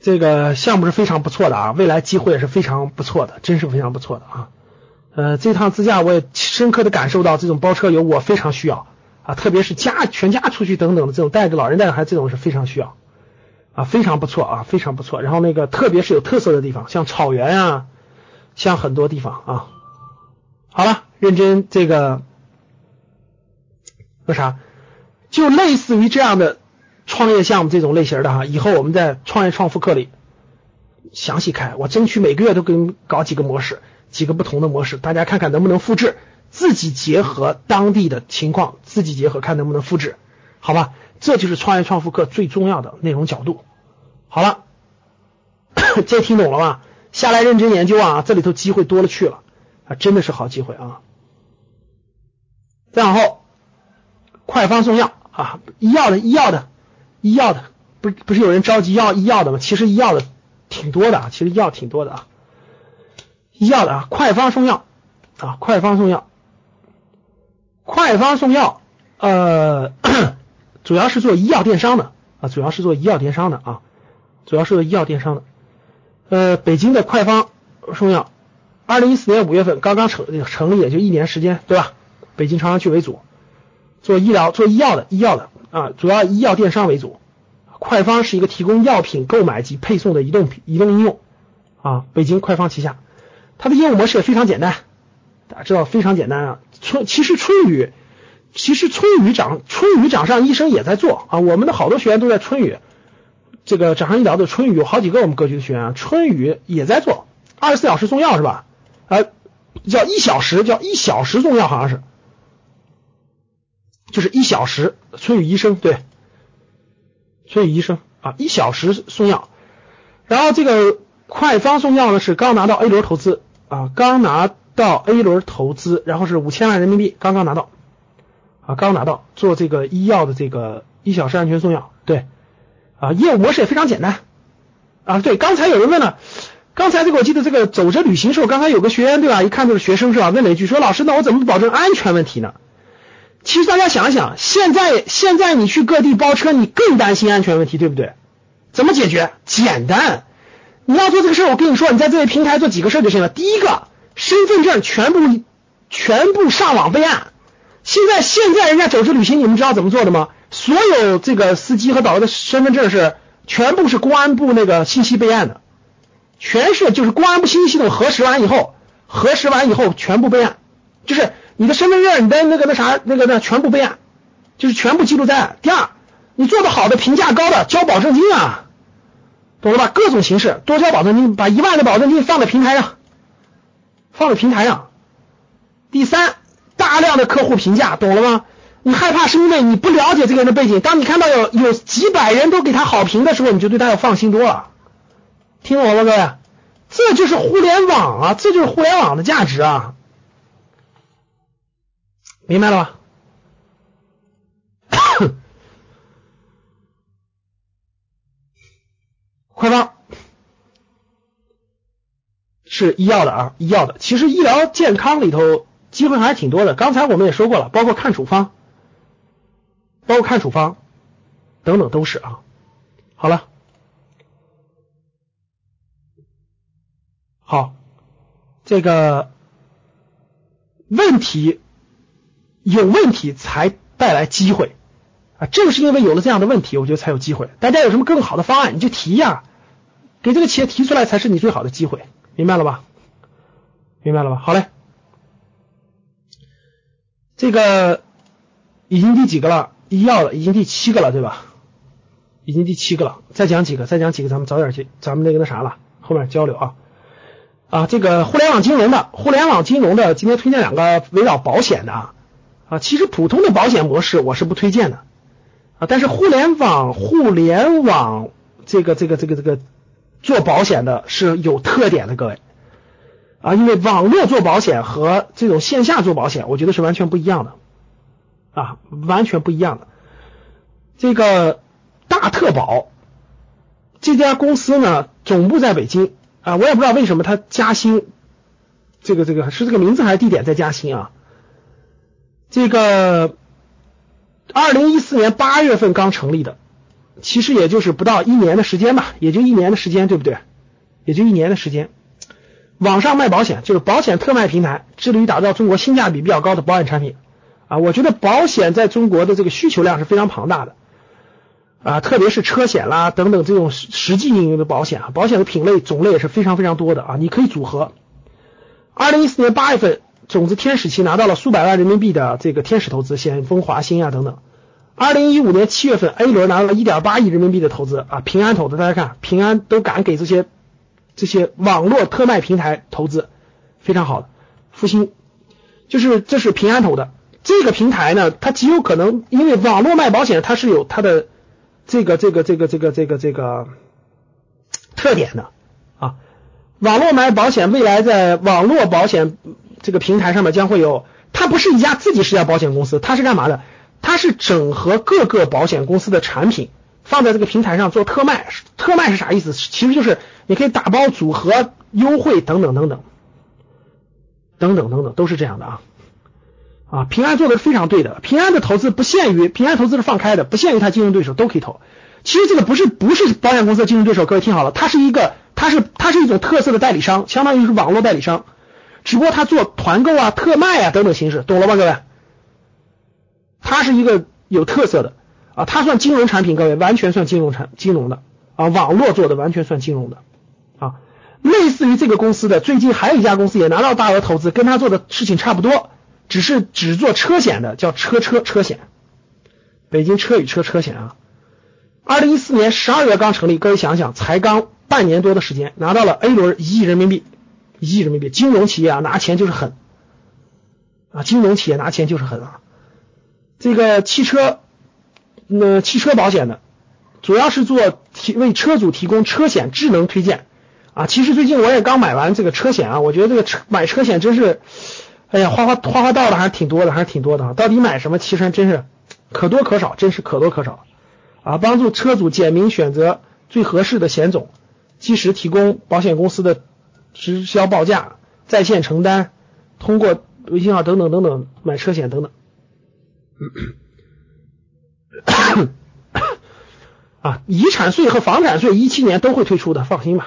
这个项目是非常不错的啊，未来机会也是非常不错的，真是非常不错的啊。这趟自驾我也深刻的感受到这种包车游我非常需要啊，特别是全家出去等等的这种带着老人带着孩子这种是非常需要啊，非常不错啊，非常不错。然后那个特别是有特色的地方，像草原啊，像很多地方啊。好了，认真这个那啥，就类似于这样的创业项目这种类型的哈，以后我们在创业创富课里详细开，我争取每个月都给你们搞几个模式，几个不同的模式，大家看看能不能复制，自己结合当地的情况，自己结合看能不能复制，好吧？这就是创业创富课最重要的内容角度。好了，这听懂了吗？下来认真研究啊，这里头机会多了去了啊，真的是好机会啊。再往后，快方送药啊，医药的，不是有人着急要医药的吗？其实医药的挺多的啊，医药的啊，快方送药啊，快方送药，主要是做医药电商的啊，北京的快方送药，2014年5月份刚刚成立，也就1年时间，对吧？北京朝阳区为主，做医药的啊，主要医药电商为主。快方是一个提供药品购买及配送的移动应用啊，北京快方旗下，它的业务模式也非常简单，大家知道非常简单啊。其实春雨掌上医生也在做啊，我们的好多学员都在春雨，这个掌上医疗的春雨有好几个我们格局的学员啊，春雨也在做24小时送药是吧？叫1小时送药，好像是，就是1小时，春雨医生对。春雨医生啊，1小时送药。然后这个快方送药呢是刚拿到 A 轮投资啊，然后是5000万人民币，刚拿到做这个医药的这个1小时安全送药，对啊，业务模式也非常简单啊。对，刚才有人问了，刚才这个我记得这个走着旅行时候，刚才有个学员对吧，一看就是学生是吧，问了一句说老师，那我怎么保证安全问题呢？其实大家想一想，现在你去各地包车，你更担心安全问题，对不对？怎么解决？简单，你要做这个事儿，我跟你说，你在这些平台做几个事儿就行了。第一个，身份证全部上网备案。现在人家走着旅行，你们知道怎么做的吗？所有这个司机和导游的身份证全部是公安部那个信息备案的，全是就是公安部信息系统核实完以后全部备案，就是你的身份证，你的那个全部备案，就是全部记录在案。第二，你做的好的评价高的交保证金啊，懂了吧？各种形式多交保证金，把1万的保证金放在平台上。第三，大量的客户评价，懂了吗？你害怕是因为你不了解这个人的背景，当你看到有几百人都给他好评的时候，你就对他要放心多了。听懂了吗，各位？这就是互联网啊，这就是互联网的价值啊。明白了吧？快方是医药的啊，医药的。其实医疗健康里头机会还挺多的，刚才我们也说过了，包括看处方等等都是啊。好了，好，这个有问题才带来机会啊，正是因为有了这样的问题，我觉得才有机会。大家有什么更好的方案你就提呀，给这个企业提出来才是你最好的机会，明白了吧？好嘞，这个已经第几个了？医药了，已经第7个了，对吧？已经第7个了，再讲几个，咱们早点去，咱们那啥了，后面交流啊。这个互联网金融的，今天推荐2个围绕保险的啊，其实普通的保险模式我是不推荐的啊，但是互联网这个做保险的是有特点的，各位啊，因为网络做保险和这种线下做保险，我觉得是完全不一样的啊，完全不一样的。这个大特保这家公司呢，总部在北京啊，我也不知道为什么它嘉兴，这个是这个名字还是地点在嘉兴啊？这个2014年8月份刚成立的其实也就是不到1年的时间吧，也就1年的时间，对不对？也就1年的时间。网上卖保险就是保险特卖平台，致力于打造中国性价比比较高的保险产品啊。我觉得保险在中国的这个需求量是非常庞大的啊，特别是车险啦等等这种实际应用的保险啊，保险的品类种类也是非常非常多的啊，你可以组合。2014年8月份，种子天使期拿到了数百万人民币的这个天使投资，险丰、华兴啊等等。2015年7月份 A 轮拿到了 1.8 亿人民币的投资啊，平安投的，大家看平安都敢给这些网络特卖平台投资，非常好的。复星就是这是平安投的这个平台呢，它极有可能因为网络卖保险它是有它的这个特点的啊。网络买保险未来在网络保险这个平台上面将会有，它不是自己是一家保险公司，它是干嘛的？它是整合各个保险公司的产品放在这个平台上做特卖。特卖是啥意思？其实就是你可以打包组合优惠等等都是这样的啊。平安做的是非常对的，平安的投资不限于，平安投资是放开的，不限于它竞争对手都可以投。其实这个不是保险公司的竞争对手，各位听好了，它是一种特色的代理商，相当于是网络代理商，只不过它做团购啊、特卖啊等等形式，懂了吧各位？它是一个有特色的啊，它算金融产品，各位完全算金融的啊，网络做的完全算金融的啊。类似于这个公司的最近还有一家公司也拿到大额投资，跟他做的事情差不多，只做车险的，叫车险，北京车与车险啊。2014年12月刚成立，各位想想，才刚半年多的时间，拿到了 A 轮1亿人民币，金融企业啊拿钱就是狠啊，金融企业拿钱就是狠啊。这个汽车保险的，主要是为车主提供车险智能推荐啊。其实最近我也刚买完这个车险啊，我觉得这个买车险真是，哎呀，花道的还是挺多的啊。到底买什么，其实真是可多可少啊。帮助车主简明选择最合适的险种，及时提供保险公司的直销报价，在线承担，通过微信号等等买车险等等。啊，遗产税和房产税17年都会推出的，放心吧。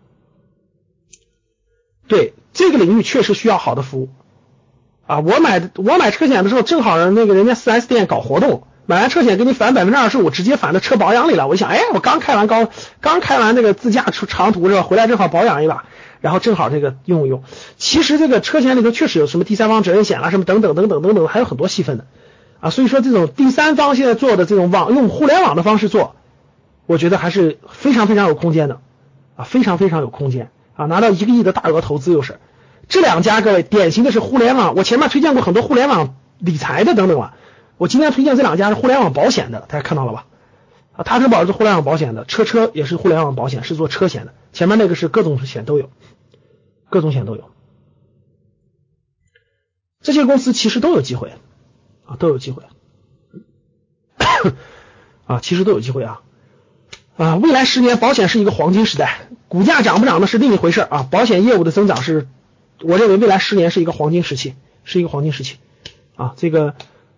对，这个领域确实需要好的服务啊。我买车险的时候，正好那个人家 4S 店搞活动，买完车险给你返 25%， 直接返到车保养里了。我一想，我刚开完那个自驾长途是吧，回来正好保养一把，然后正好这个用一用。其实这个车险里头确实有什么第三方责任险啦，什么等等，还有很多细分的啊。所以说这种第三方现在做的这种用互联网的方式做，我觉得还是非常非常有空间的啊，非常非常有空间啊，拿到1个亿的大额投资又是。这两家各位典型的是互联网，我前面推荐过很多互联网理财的等等了，我今天推荐这两家是互联网保险的，大家看到了吧？啊，踏实保是互联网保险的，车也是互联网保险，是做车险的，前面那个是各种险都有，这些公司其实都有机会啊，啊，其实都有机会啊。未来10年保险是一个黄金时代，股价涨不涨的是另一回事啊。保险业务的增长是，我认为未来10年是一个黄金时期啊。这个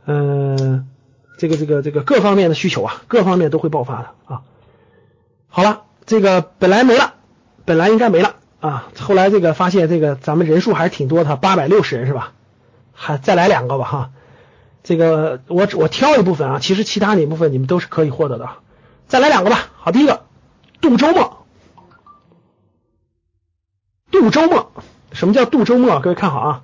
各方面的需求啊，各方面都会爆发的啊。好了，这个本来应该没了啊，后来这个发现这个咱们人数还是挺多的，860人是吧？还再来2个吧哈。这个我挑一部分啊，其实其他那部分你们都是可以获得的。再来2个吧。好，第一个度周末。什么叫度周末？各位看好啊，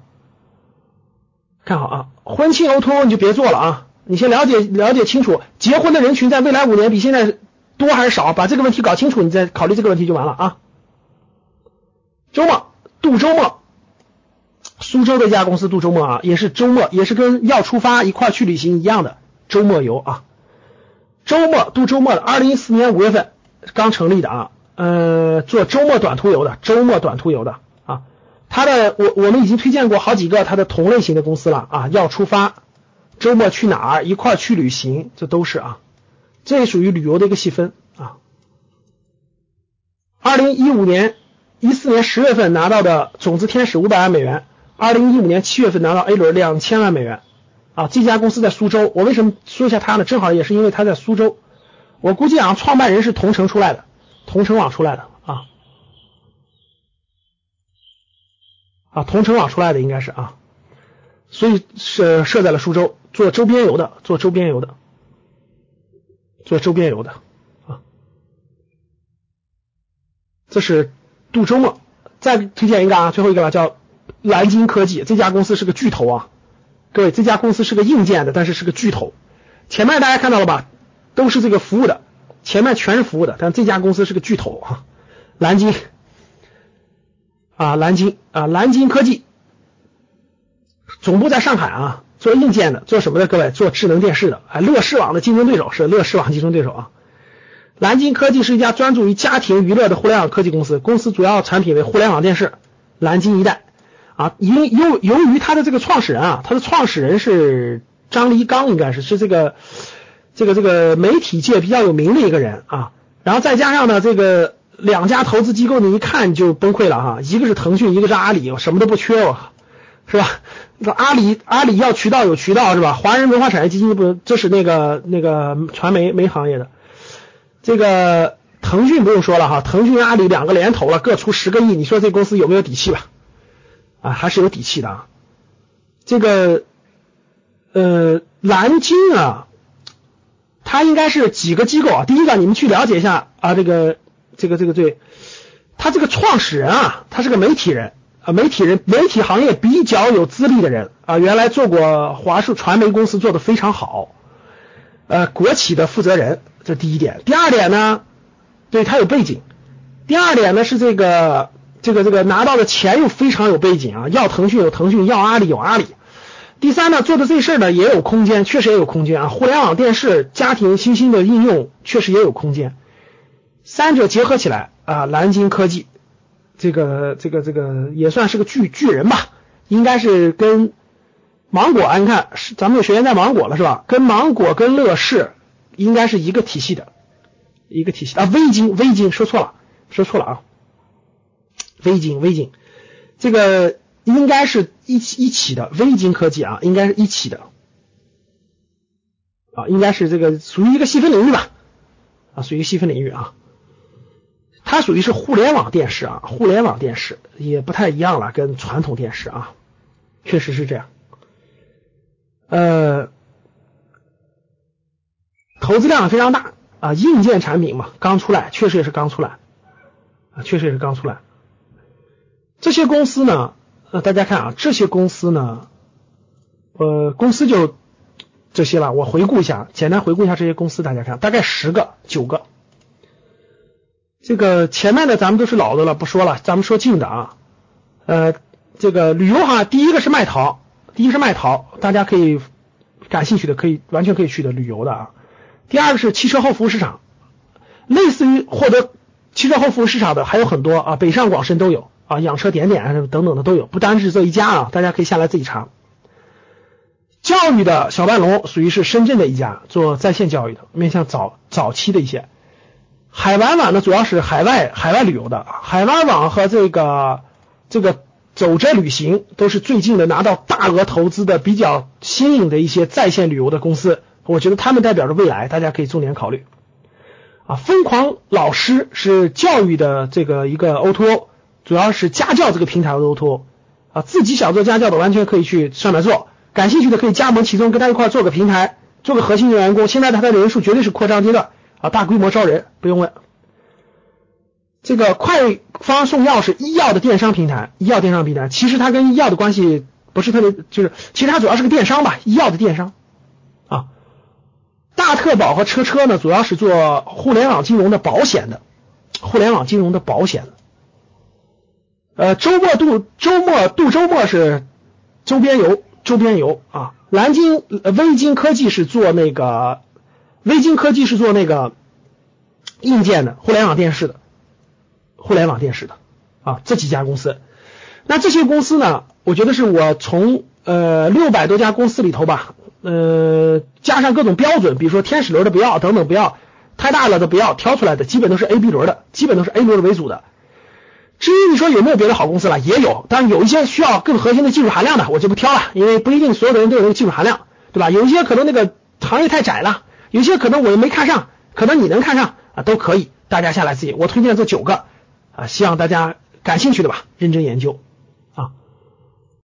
婚庆 O2O 你就别做了啊，你先了解清楚结婚的人群在未来5年比现在多还是少，把这个问题搞清楚，你再考虑这个问题就完了啊。度周末，苏州的一家公司度周末啊，也是周末，也是跟要出发一块去旅行一样的周末游啊。度周末的2014年5月份刚成立的啊，做周末短途游的啊。我们已经推荐过好几个它的同类型的公司了啊，要出发，周末去哪儿，一块去旅行，这都是啊，这也属于旅游的一个细分啊。2014年10月份拿到的种子天使500万美元，2015年7月份拿到 A 轮2000万美元啊。这家公司在苏州，我为什么说一下它呢？正好也是因为它在苏州。 我估计啊，创办人是同城出来的，同城网出来的同城网出来的应该是啊，所以是设在了苏州，做周边游的啊。这是杜周末。再推荐一个啊，最后一个了，叫蓝鲸科技，这家公司是个巨头啊，各位，这家公司是个硬件的，但是是个巨头。前面大家看到了吧，都是这个服务的，前面全是服务的，但这家公司是个巨头啊，蓝鲸科技，总部在上海啊，做硬件的，做什么的？各位，做智能电视的，乐视网的竞争对手是乐视网竞争对手啊。蓝鲸科技是一家专注于家庭娱乐的互联网科技公司，公司主要产品为互联网电视、蓝鲸一代啊。由于它的这个创始人啊，他的创始人是张黎刚，应该是这个媒体界比较有名的一个人啊。然后再加上呢，这个两家投资机构呢一看就崩溃了哈，一个是腾讯，一个是阿里，什么都不缺是吧？阿里要渠道有渠道是吧？华人文化产业基金不，这是那个传媒行业的。这个腾讯不用说了哈，腾讯阿里两个联投了，各出10个亿，你说这公司有没有底气吧？啊，还是有底气的啊。这个蓝鲸啊，它应该是几个机构啊。第一个，你们去了解一下啊，这个对，他这个创始人啊，他是个媒体人啊，媒体行业比较有资历的人啊，原来做过华数传媒公司，做得非常好，国企的负责人。这第一点。第二点呢，对，他有背景。第二点呢是这个拿到的钱又非常有背景啊，要腾讯有腾讯，要阿里有阿里。第三呢，做的这事儿呢也有空间，确实也有空间啊，互联网电视家庭新兴的应用确实也有空间。三者结合起来啊，蓝鲸科技这个也算是个巨人吧，应该是跟芒果啊，你看咱们有学员在芒果了是吧？跟芒果跟乐视应该是一个体系的啊。微鲸说错了啊，微鲸这个应该是一起的，微鲸科技啊，应该是一起的啊，应该是这个属于一个细分领域吧啊，属于细分领域啊。它属于是互联网电视啊，互联网电视也不太一样了，跟传统电视啊，确实是这样。投资量非常大啊，硬件产品嘛，刚出来，确实也是刚出来。这些公司呢，大家看啊，这些公司呢，公司就这些了。我回顾一下，简单回顾一下这些公司，大家看，大概9个。这个前面的咱们都是老的了，不说了，咱们说近的啊。这个旅游行，第一个是麦淘，大家可以感兴趣的，完全可以去的旅游的啊。第二个是汽车后服务市场，类似于获得汽车后服务市场的还有很多啊，北上广深都有啊，养车点点等等的都有，不单是这一家啊，大家可以下来自己查。教育的小半龙属于是深圳的一家做在线教育的，面向早期的一些。海湾网呢主要是海外旅游的，海湾网和这个走着旅行都是最近的拿到大额投资的比较新颖的一些在线旅游的公司，我觉得他们代表着未来，大家可以重点考虑啊。疯狂老师是教育的这个一个 O2O， 主要是家教这个平台的 O2O 啊，自己想做家教的完全可以去上面做，感兴趣的可以加盟其中，跟他一块做个平台，做个核心的员工。现在他的人数绝对是扩张阶段啊，大规模招人，不用问。这个快方送药是医药的电商平台，其实它跟医药的关系不是特别，就是其实它主要是个电商吧，医药的电商啊。大特保和车呢，主要是做互联网金融的保险的，周末是周边游啊。微鲸科技是做那个硬件的互联网电视的啊，这几家公司。那这些公司呢，我觉得是我从600多家公司里头吧，加上各种标准，比如说天使轮的不要，等等不要，太大了的不要，挑出来的基本都是 A、B 轮的，基本都是 A 轮为主的。至于你说有没有别的好公司了，也有，但是有一些需要更核心的技术含量的，我就不挑了，因为不一定所有的人都有那个技术含量，对吧？有一些可能那个行业太窄了，有些可能我也没看上， 可能你能看上都可以，大家下来自己，我推荐这9个希望大家感兴趣的吧，认真研究。